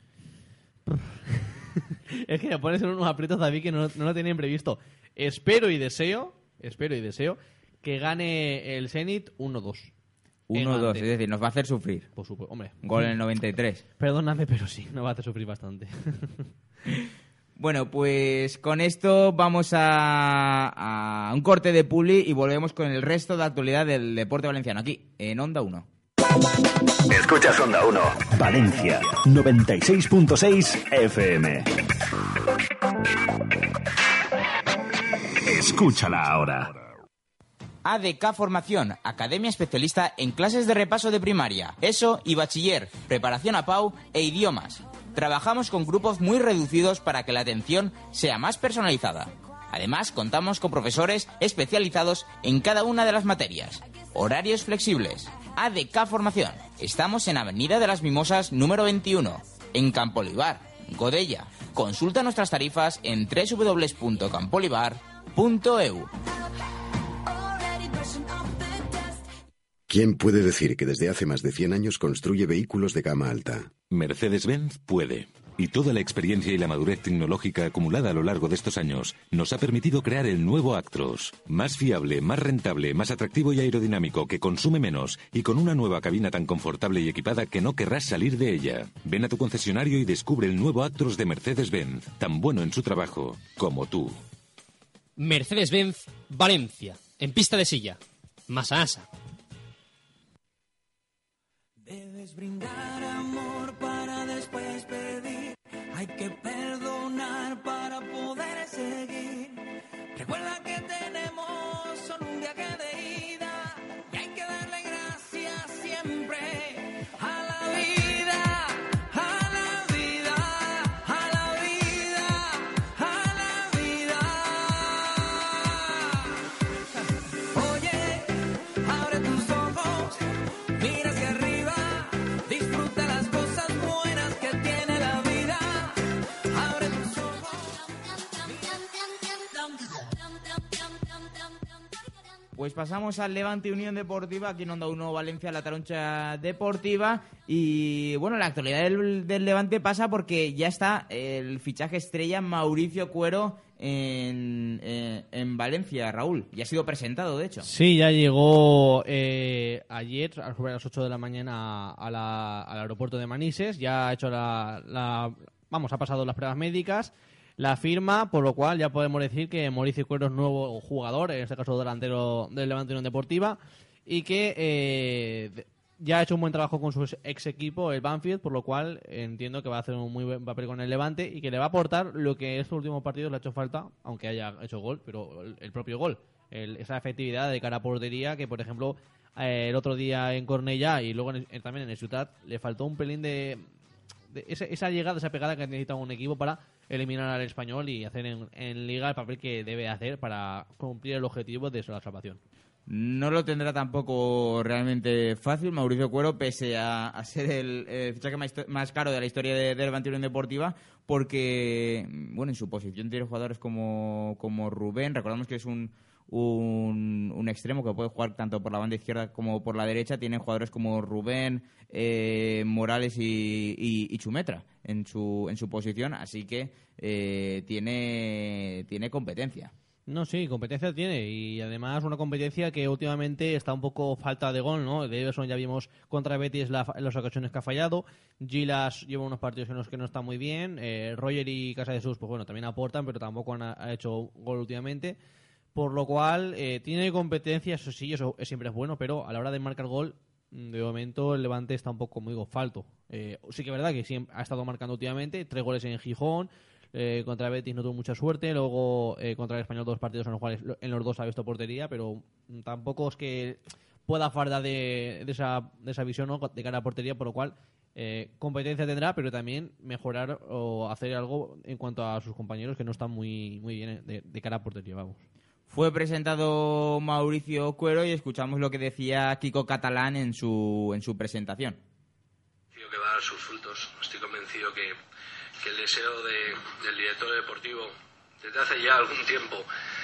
Es que me pones en unos aprietos, David, que no lo tenían previsto. Espero y deseo que gane el Zenit 1-2. 1-2, es decir, nos va a hacer sufrir. Por supuesto, hombre. Gol en el 93. Perdóname, pero sí, nos va a hacer sufrir bastante. Bueno, pues con esto vamos a un corte de publi y volvemos con el resto de actualidad del deporte valenciano, aquí, en Onda 1. Escuchas Onda 1, Valencia, 96.6 FM. Escúchala ahora. ADK Formación, academia especialista en clases de repaso de primaria, ESO y bachiller, preparación a PAU e idiomas. Trabajamos con grupos muy reducidos para que la atención sea más personalizada. Además, contamos con profesores especializados en cada una de las materias. Horarios flexibles. ADK Formación. Estamos en Avenida de las Mimosas número 21, en Campolivar, Godella. Consulta nuestras tarifas en www.campolivar.eu. ¿Quién puede decir que desde hace más de 100 años construye vehículos de gama alta? Mercedes-Benz puede. Y toda la experiencia y la madurez tecnológica acumulada a lo largo de estos años nos ha permitido crear el nuevo Actros. Más fiable, más rentable, más atractivo y aerodinámico, que consume menos y con una nueva cabina tan confortable y equipada que no querrás salir de ella. Ven a tu concesionario y descubre el nuevo Actros de Mercedes-Benz, tan bueno en su trabajo como tú. Mercedes-Benz Valencia, en pista de silla. Masa Asa. Debes brindar amor para después pedir. Hay que perdonar para poder seguir. Recuerda que tenemos solo un viaje de ida y hay que darle gracias siempre a la vida, a la vida, a la vida, a la vida. Oye, abre tus ojos, mira hacia arriba. Disfruta las cosas buenas que tiene la vida. pues pasamos al Levante Unión Deportiva, aquí en Onda 1 Valencia, la Taroncha Deportiva. Y bueno, la actualidad del Levante pasa porque ya está el fichaje estrella Mauricio Cuero en Valencia, Raúl. Ya ha sido presentado, de hecho. Sí, ya llegó ayer sobre las 8 de la mañana al aeropuerto de Manises. Ya ha hecho ha pasado las pruebas médicas, la firma, por lo cual ya podemos decir que Mauricio Cuero es nuevo jugador, en este caso delantero del Levante Unión Deportiva, y que ya ha hecho un buen trabajo con su ex equipo, el Banfield, por lo cual entiendo que va a hacer un muy buen papel con el Levante y que le va a aportar lo que en estos últimos partidos le ha hecho falta, aunque haya hecho gol, pero el propio gol, esa efectividad de cara a portería que, por ejemplo, el otro día en Cornellá y luego también en el Ciutat le faltó un pelín de esa llegada, esa pegada que necesita un equipo para eliminar al Español y hacer en Liga el papel que debe hacer para cumplir el objetivo de la salvación. No lo tendrá tampoco realmente fácil Mauricio Cuero, pese a ser el fichaje más caro de la historia del Levante Unión Deportiva, porque bueno, en su posición tiene jugadores como Rubén. Recordamos que es un extremo que puede jugar tanto por la banda izquierda como por la derecha. Tienen jugadores como Rubén, Morales y Chumetra en su posición, así que tiene competencia. No, sí, competencia tiene, y además una competencia que últimamente está un poco falta de gol, ¿no? De Everson ya vimos contra Betis las ocasiones que ha fallado, Gilas lleva unos partidos en los que no está muy bien, Roger y Casa de Sus, pues bueno, también aportan, pero tampoco ha hecho gol últimamente, por lo cual tiene competencia, eso sí, eso siempre es bueno, pero a la hora de marcar gol, de momento el Levante está un poco muy falto. Sí que es verdad que siempre ha estado marcando últimamente, 3 goles en Gijón, contra Betis no tuvo mucha suerte, luego contra el Español 2 partidos en los cuales en los 2 ha visto portería, pero tampoco es que pueda fardar de esa visión, ¿no?, de cara a portería, por lo cual competencia tendrá, pero también mejorar o hacer algo en cuanto a sus compañeros que no están muy bien de cara a portería, vamos. Fue presentado Mauricio Cuero y escuchamos lo que decía Kiko Catalán en su presentación. Que va a dar sus frutos. Estoy convencido que el deseo del director deportivo desde hace ya algún tiempo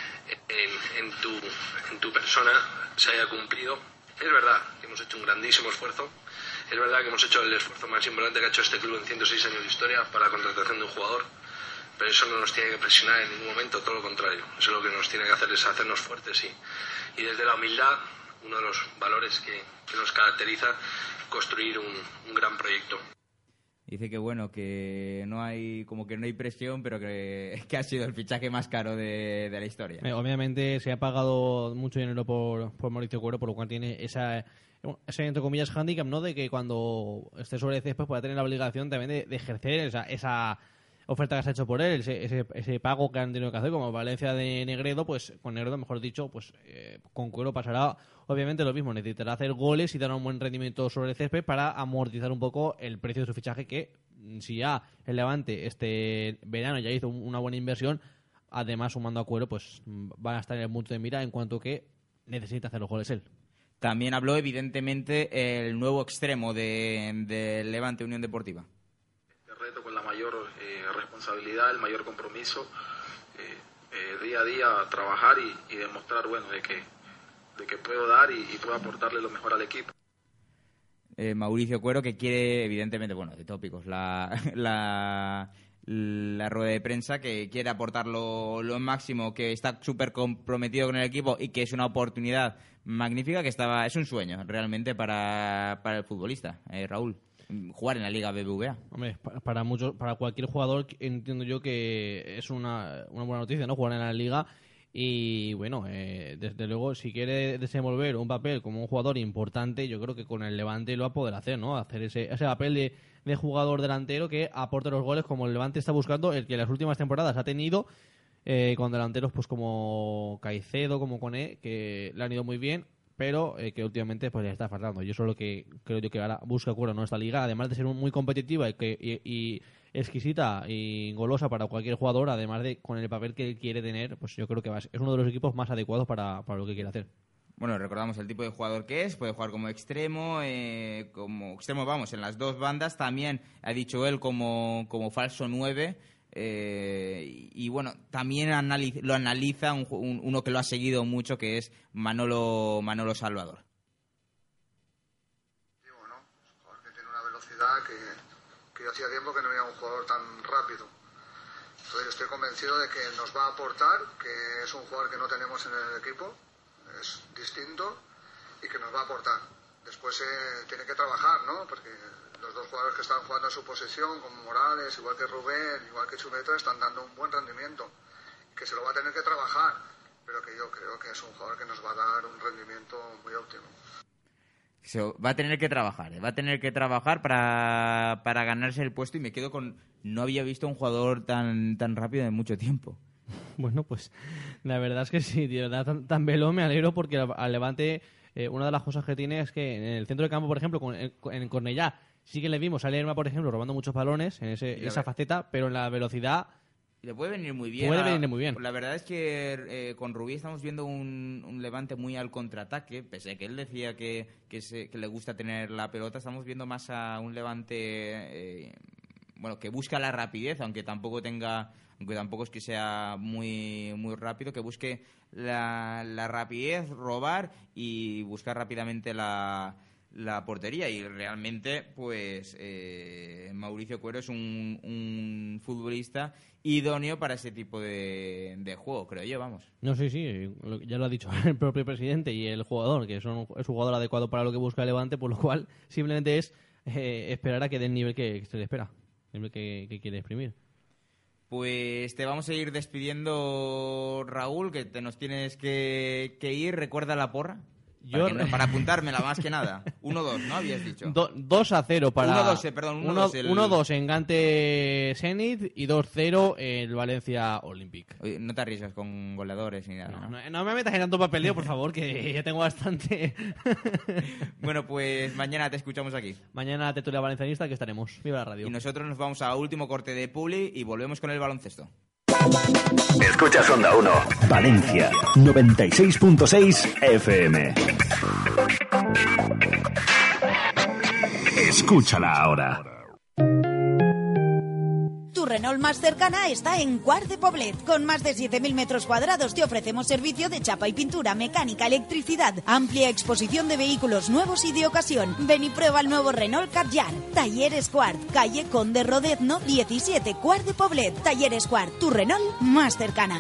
en tu persona se haya cumplido. Es verdad que hemos hecho un grandísimo esfuerzo, es verdad que hemos hecho el esfuerzo más importante que ha hecho este club en 106 años de historia para la contratación de un jugador, pero eso no nos tiene que presionar en ningún momento, todo lo contrario. Eso lo que nos tiene que hacer es hacernos fuertes y desde la humildad, uno de los valores que nos caracteriza, construir un gran proyecto. Dice que bueno, que no hay presión, pero que ha sido el fichaje más caro de la historia. Obviamente se ha pagado mucho dinero por Mauricio Cuero, por lo cual tiene ese entre comillas handicap, ¿no?, de que cuando esté sobre el césped pueda tener la obligación también de ejercer esa oferta que se ha hecho por él, ese pago que han tenido que hacer, como Valencia de Negredo, pues con Negredo, mejor dicho, pues con Cuero pasará obviamente lo mismo, necesitará hacer goles y dar un buen rendimiento sobre el césped para amortizar un poco el precio de su fichaje, que si ya el Levante este verano ya hizo una buena inversión, además sumando a Cuero, pues van a estar en el punto de mira en cuanto que necesita hacer los goles él. También habló evidentemente el nuevo extremo de Levante Unión Deportiva. Reto con la mayor responsabilidad, el mayor compromiso, día a día trabajar y demostrar, bueno, de que puedo dar y puedo aportarle lo mejor al equipo. Mauricio Cuero, que quiere, evidentemente, bueno, de tópicos, la rueda de prensa, que quiere aportar lo máximo, que está súper comprometido con el equipo y que es una oportunidad magnífica, es un sueño realmente para el futbolista, Raúl. Jugar en la Liga BBVA. Hombre, para cualquier jugador entiendo yo que es una buena noticia, ¿no?, jugar en la Liga. Y bueno, desde luego, si quiere desenvolver un papel como un jugador importante, yo creo que con el Levante lo va a poder hacer, ¿no? Hacer ese papel de jugador delantero que aporte los goles, como el Levante está buscando, el que en las últimas temporadas ha tenido, con delanteros pues como Caicedo, como Koné, que le han ido muy bien, pero que últimamente pues le está faltando. Y eso es lo que creo yo que ahora busca Cuero en esta liga, además de ser muy competitiva y exquisita y golosa para cualquier jugador, además de con el papel que quiere tener, pues yo creo que es uno de los equipos más adecuados para lo que quiere hacer. Bueno, recordamos el tipo de jugador que es, puede jugar como extremo, vamos, en las dos bandas, también ha dicho él como falso 9, Y bueno, también lo analiza uno que lo ha seguido mucho, que es Manolo Salvador. Sí, bueno, es un jugador que tiene una velocidad que yo hacía tiempo que no veía un jugador tan rápido. Entonces estoy convencido de que nos va a aportar, que es un jugador que no tenemos en el equipo, es distinto y que nos va a aportar. Después tiene que trabajar, ¿no? Porque los dos jugadores que están jugando en su posición, como Morales, igual que Rubén, igual que Chumeta, están dando un buen rendimiento, que se lo va a tener que trabajar, pero que yo creo que es un jugador que nos va a dar un rendimiento muy óptimo. Va a tener que trabajar para ganarse el puesto, y me quedo con... No había visto un jugador tan rápido en mucho tiempo. Bueno, pues la verdad es que sí, de verdad, tan veloz, me alegro, porque al Levante una de las cosas que tiene es que en el centro de campo, por ejemplo, en Cornellá, sí que le vimos a Lerma, por ejemplo, robando muchos balones en esa faceta, pero en la velocidad... Le puede venir muy bien. La verdad es que con Rubí estamos viendo un Levante muy al contraataque, pese a que él decía que le gusta tener la pelota. Estamos viendo más a un Levante que busca la rapidez, aunque tampoco es que sea muy rápido, que busque la rapidez, robar y buscar rápidamente la portería. Y realmente, pues, Mauricio Cuero es un futbolista idóneo para ese tipo de juego, creo yo, vamos. No, sí, ya lo ha dicho el propio presidente y el jugador, que es un jugador adecuado para lo que busca el Levante, por lo cual simplemente es esperar a que dé el nivel que se le espera, el nivel que quiere exprimir. Pues te vamos a ir despidiendo, Raúl, que te nos tienes que ir. Recuerda la porra. Para apuntármela, más que nada. 1-2, ¿no? Habías dicho. 2-0 para... 1-2, perdón. 1-2 en Gante Zenit y 2-0 el Valencia Olympic. Oye, no te arriesgas con goleadores ni nada. No me metas en tanto papeleo, por favor, que ya tengo bastante. Bueno, pues mañana te escuchamos aquí. Mañana tertulia valencianista, que estaremos. Viva la radio. Y nosotros nos vamos a último corte de Publi y volvemos con el baloncesto. Escuchas Onda 1, Valencia, 96.6 FM. Escúchala ahora. Tu Renault más cercana está en Quart de Poblet. Con más de 7.000 metros cuadrados te ofrecemos servicio de chapa y pintura, mecánica, electricidad, amplia exposición de vehículos nuevos y de ocasión. Ven y prueba el nuevo Renault Kadjar. Talleres Quart, calle Conde Rodezno 17, Quart de Poblet. Talleres Quart, tu Renault más cercana.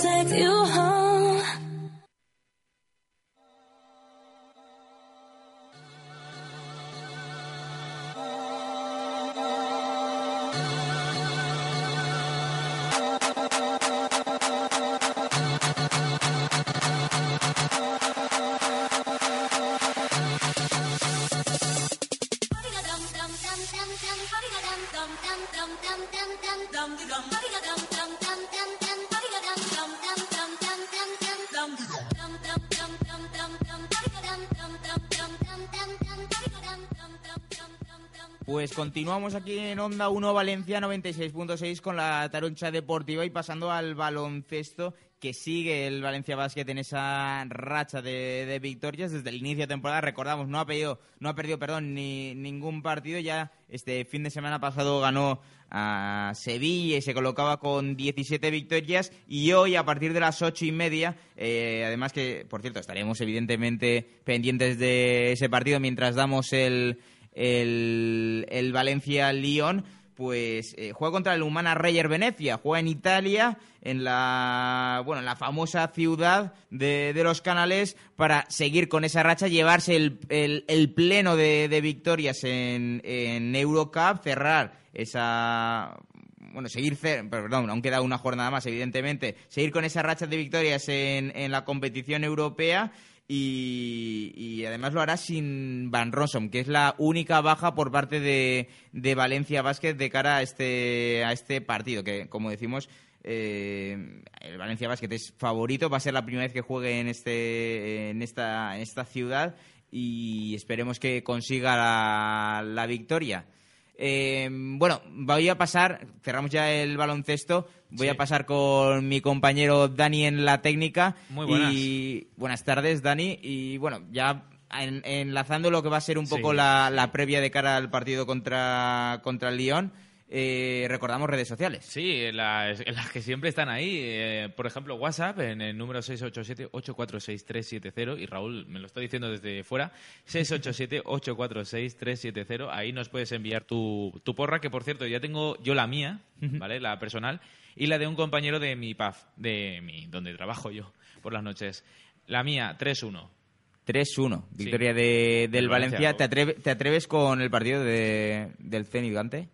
Pues continuamos aquí en Onda 1 Valencia 96.6 con la taroncha deportiva y pasando al baloncesto, que sigue el Valencia Basket en esa racha de victorias desde el inicio de temporada. Recordamos, no ha perdido ningún partido. Ya este fin de semana pasado ganó a Sevilla y se colocaba con 17 victorias, y hoy a partir de las 8:30, además que, por cierto, estaremos evidentemente pendientes de ese partido mientras damos el Valencia-Lyon, pues juega contra el Humana Reyer Venecia, juega en Italia, en la famosa ciudad de los Canales, para seguir con esa racha, llevarse el pleno de victorias en Eurocup, cerrar esa... aún queda una jornada más, evidentemente, seguir con esa racha de victorias en la competición europea. Y además lo hará sin Van Rossum, que es la única baja por parte de Valencia Basket de cara a este partido, que, como decimos, el Valencia Basket es favorito. Va a ser la primera vez que juegue en esta ciudad y esperemos que consiga la victoria. Voy a pasar, cerramos ya el baloncesto, voy a pasar con mi compañero Dani en la técnica. Muy buenas. Y buenas tardes, Dani. Y bueno, ya enlazando lo que va a ser un poco la previa de cara al partido contra el Lyon. recordamos redes sociales. Sí, en las que siempre están ahí. Por ejemplo, WhatsApp en el número 687-846-370. Y Raúl me lo está diciendo desde fuera. 687-846-370. Ahí nos puedes enviar tu porra, que por cierto ya tengo yo la mía, ¿vale? La personal. Y la de un compañero de mi PAF, donde trabajo yo por las noches. La mía, 3-1. 3-1, victoria del Valencia. ¿Te atreves con el partido del Zenit Gante?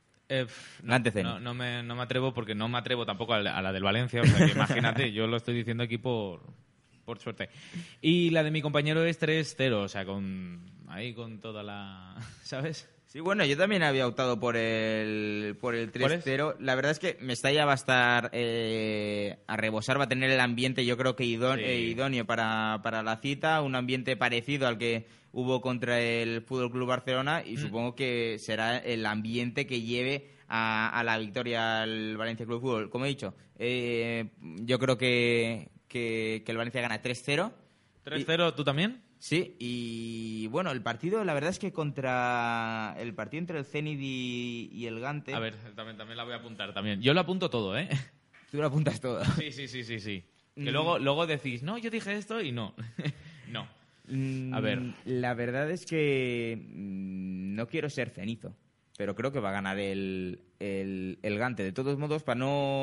No me atrevo, porque no me atrevo tampoco a la del Valencia. O sea, que imagínate, yo lo estoy diciendo aquí por suerte. Y la de mi compañero es 3-0, o sea, con toda la... ¿Sabes? Sí, bueno, yo también había optado por el 3-0. La verdad es que Mestalla va a estar a rebosar, va a tener el ambiente, yo creo que idóneo para la cita, un ambiente parecido al que hubo contra el Fútbol Club Barcelona, y supongo que será el ambiente que lleve a la victoria al Valencia Club de Fútbol. Como he dicho, yo creo que el Valencia gana 3-0. ¿3-0 tú también? Sí, y bueno, el partido, la verdad es que el partido entre el Zenit y el Gante... A ver, también la voy a apuntar también. Yo lo apunto todo, ¿eh? Tú lo apuntas todo. Sí. Que luego decís, no, yo dije esto y no. No. A ver. La verdad es que no quiero ser cenizo, pero creo que va a ganar el Gante. De todos modos, para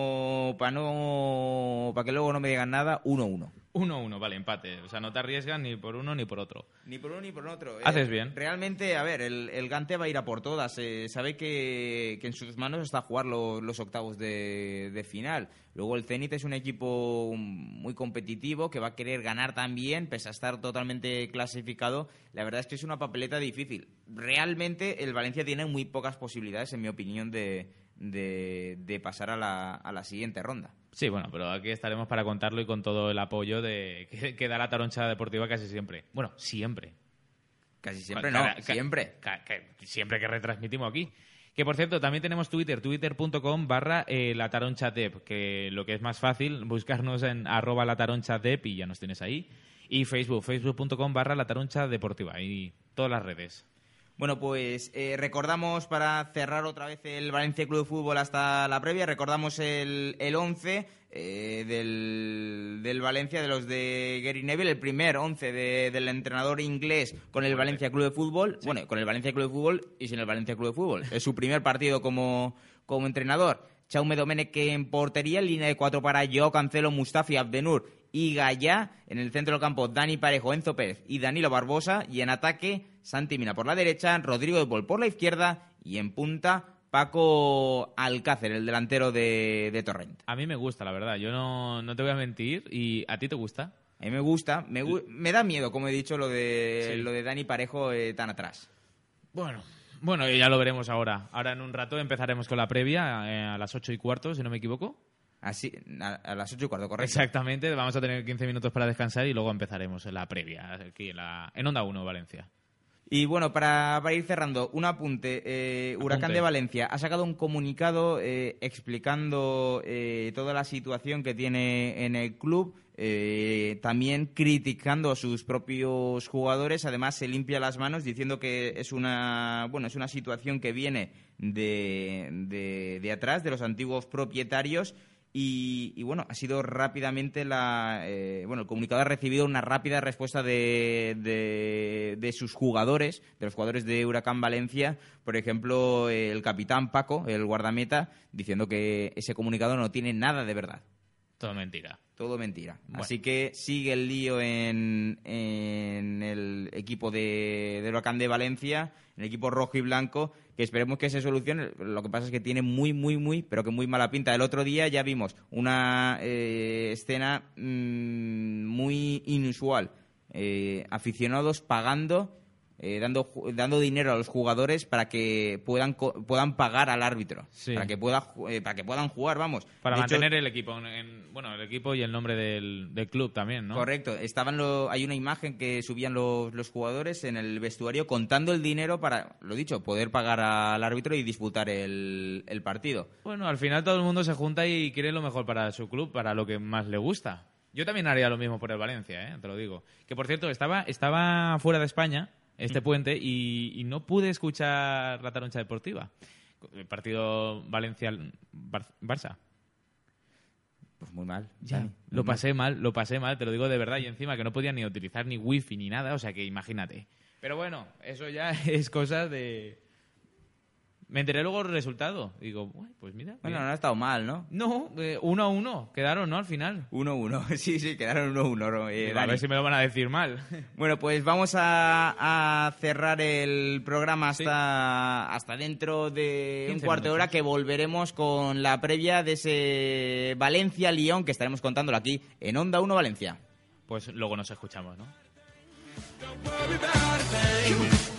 que luego no me digan nada, 1-1. 1-1, vale, empate. O sea, no te arriesgas ni por uno ni por otro. Ni por uno ni por otro. Haces bien. Realmente, a ver, el Gante va a ir a por todas. Sabe que en sus manos está jugar los octavos de final. Luego el Zenit es un equipo muy competitivo que va a querer ganar también, pese a estar totalmente clasificado. La verdad es que es una papeleta difícil. Realmente el Valencia tiene muy pocas posibilidades, en mi opinión, de pasar a la siguiente ronda. Sí, bueno, pero aquí estaremos para contarlo y con todo el apoyo que da la Taroncha Deportiva casi siempre. Bueno, siempre. Casi siempre no, siempre. Siempre que retransmitimos aquí. Que, por cierto, también tenemos Twitter, twitter.com/lataronchatep, que lo que es más fácil, buscarnos en @lataronchatep y ya nos tienes ahí. Y facebook.com/lataronchadeportiva y todas las redes. Bueno, pues recordamos, para cerrar otra vez el Valencia Club de Fútbol hasta la previa, recordamos el 11 del Valencia, de los de Gary Neville, el primer 11 del entrenador inglés con el Valencia Club de Fútbol. Sí. Bueno, con el Valencia Club de Fútbol y sin el Valencia Club de Fútbol. Es su primer partido como entrenador. Jaume Domènech en portería, línea de 4 para Joao Cancelo, Mustafi, Abdenur y Gallá. En el centro del campo, Dani Parejo, Enzo Pérez y Danilo Barbosa. Y en ataque, Santi Mina por la derecha, Rodrigo de Paul por la izquierda y en punta, Paco Alcácer, el delantero de Torrent. A mí me gusta, la verdad. Yo no te voy a mentir. ¿Y a ti te gusta? A mí me gusta. Me da miedo, como he dicho, lo de Dani Parejo tan atrás. Bueno, ya lo veremos ahora. Ahora en un rato empezaremos con la previa a las 8:15, si no me equivoco. Así, a las 8:15, correcto. Exactamente, vamos a tener 15 minutos para descansar y luego empezaremos en la previa, aquí en Onda 1, Valencia. Y bueno, para ir cerrando, un apunte. Huracán de Valencia ha sacado un comunicado explicando toda la situación que tiene en el club, también criticando a sus propios jugadores. Además, se limpia las manos diciendo que es una situación que viene de atrás, de los antiguos propietarios. Y bueno, ha sido rápidamente el comunicado ha recibido una rápida respuesta de sus jugadores, de los jugadores de Huracán Valencia. Por ejemplo, el capitán Paco, el guardameta, diciendo que ese comunicado no tiene nada de verdad. Todo mentira. Todo mentira. Bueno. Así que sigue el lío en el equipo de Huracán de Valencia, en el equipo rojo y blanco, que esperemos que se solucione. Lo que pasa es que tiene muy, pero que muy mala pinta. El otro día ya vimos una escena muy inusual. Aficionados pagando, dando dinero a los jugadores para que puedan pagar al árbitro, sí. para que puedan jugar, vamos. Para mantener el equipo, el equipo y el nombre del club también, ¿no? Correcto. Hay una imagen que subían los jugadores en el vestuario contando el dinero para, lo dicho, poder pagar al árbitro y disputar el partido. Bueno, al final todo el mundo se junta y quiere lo mejor para su club, para lo que más le gusta. Yo también haría lo mismo por el Valencia, te lo digo. Que, por cierto, estaba fuera de España este puente y no pude escuchar la Taroncha Deportiva. El partido Valencia-Barça. Pues muy mal. Ya, Dani, lo pasé mal, te lo digo de verdad. Y encima que no podía ni utilizar ni wifi ni nada, o sea que imagínate. Pero bueno, eso ya es cosa de... Me enteré luego del resultado. Digo, pues mira. Bueno, no ha estado mal, ¿no? No, 1-1 quedaron, ¿no? Al final. 1-1, sí, quedaron 1-1. A ver si me lo van a decir mal. Bueno, pues vamos a cerrar el programa hasta dentro de un cuarto de hora, que volveremos con la previa de ese Valencia-Lyon, que estaremos contándolo aquí en Onda 1 Valencia. Pues luego nos escuchamos, ¿no? Don't worry about a thing.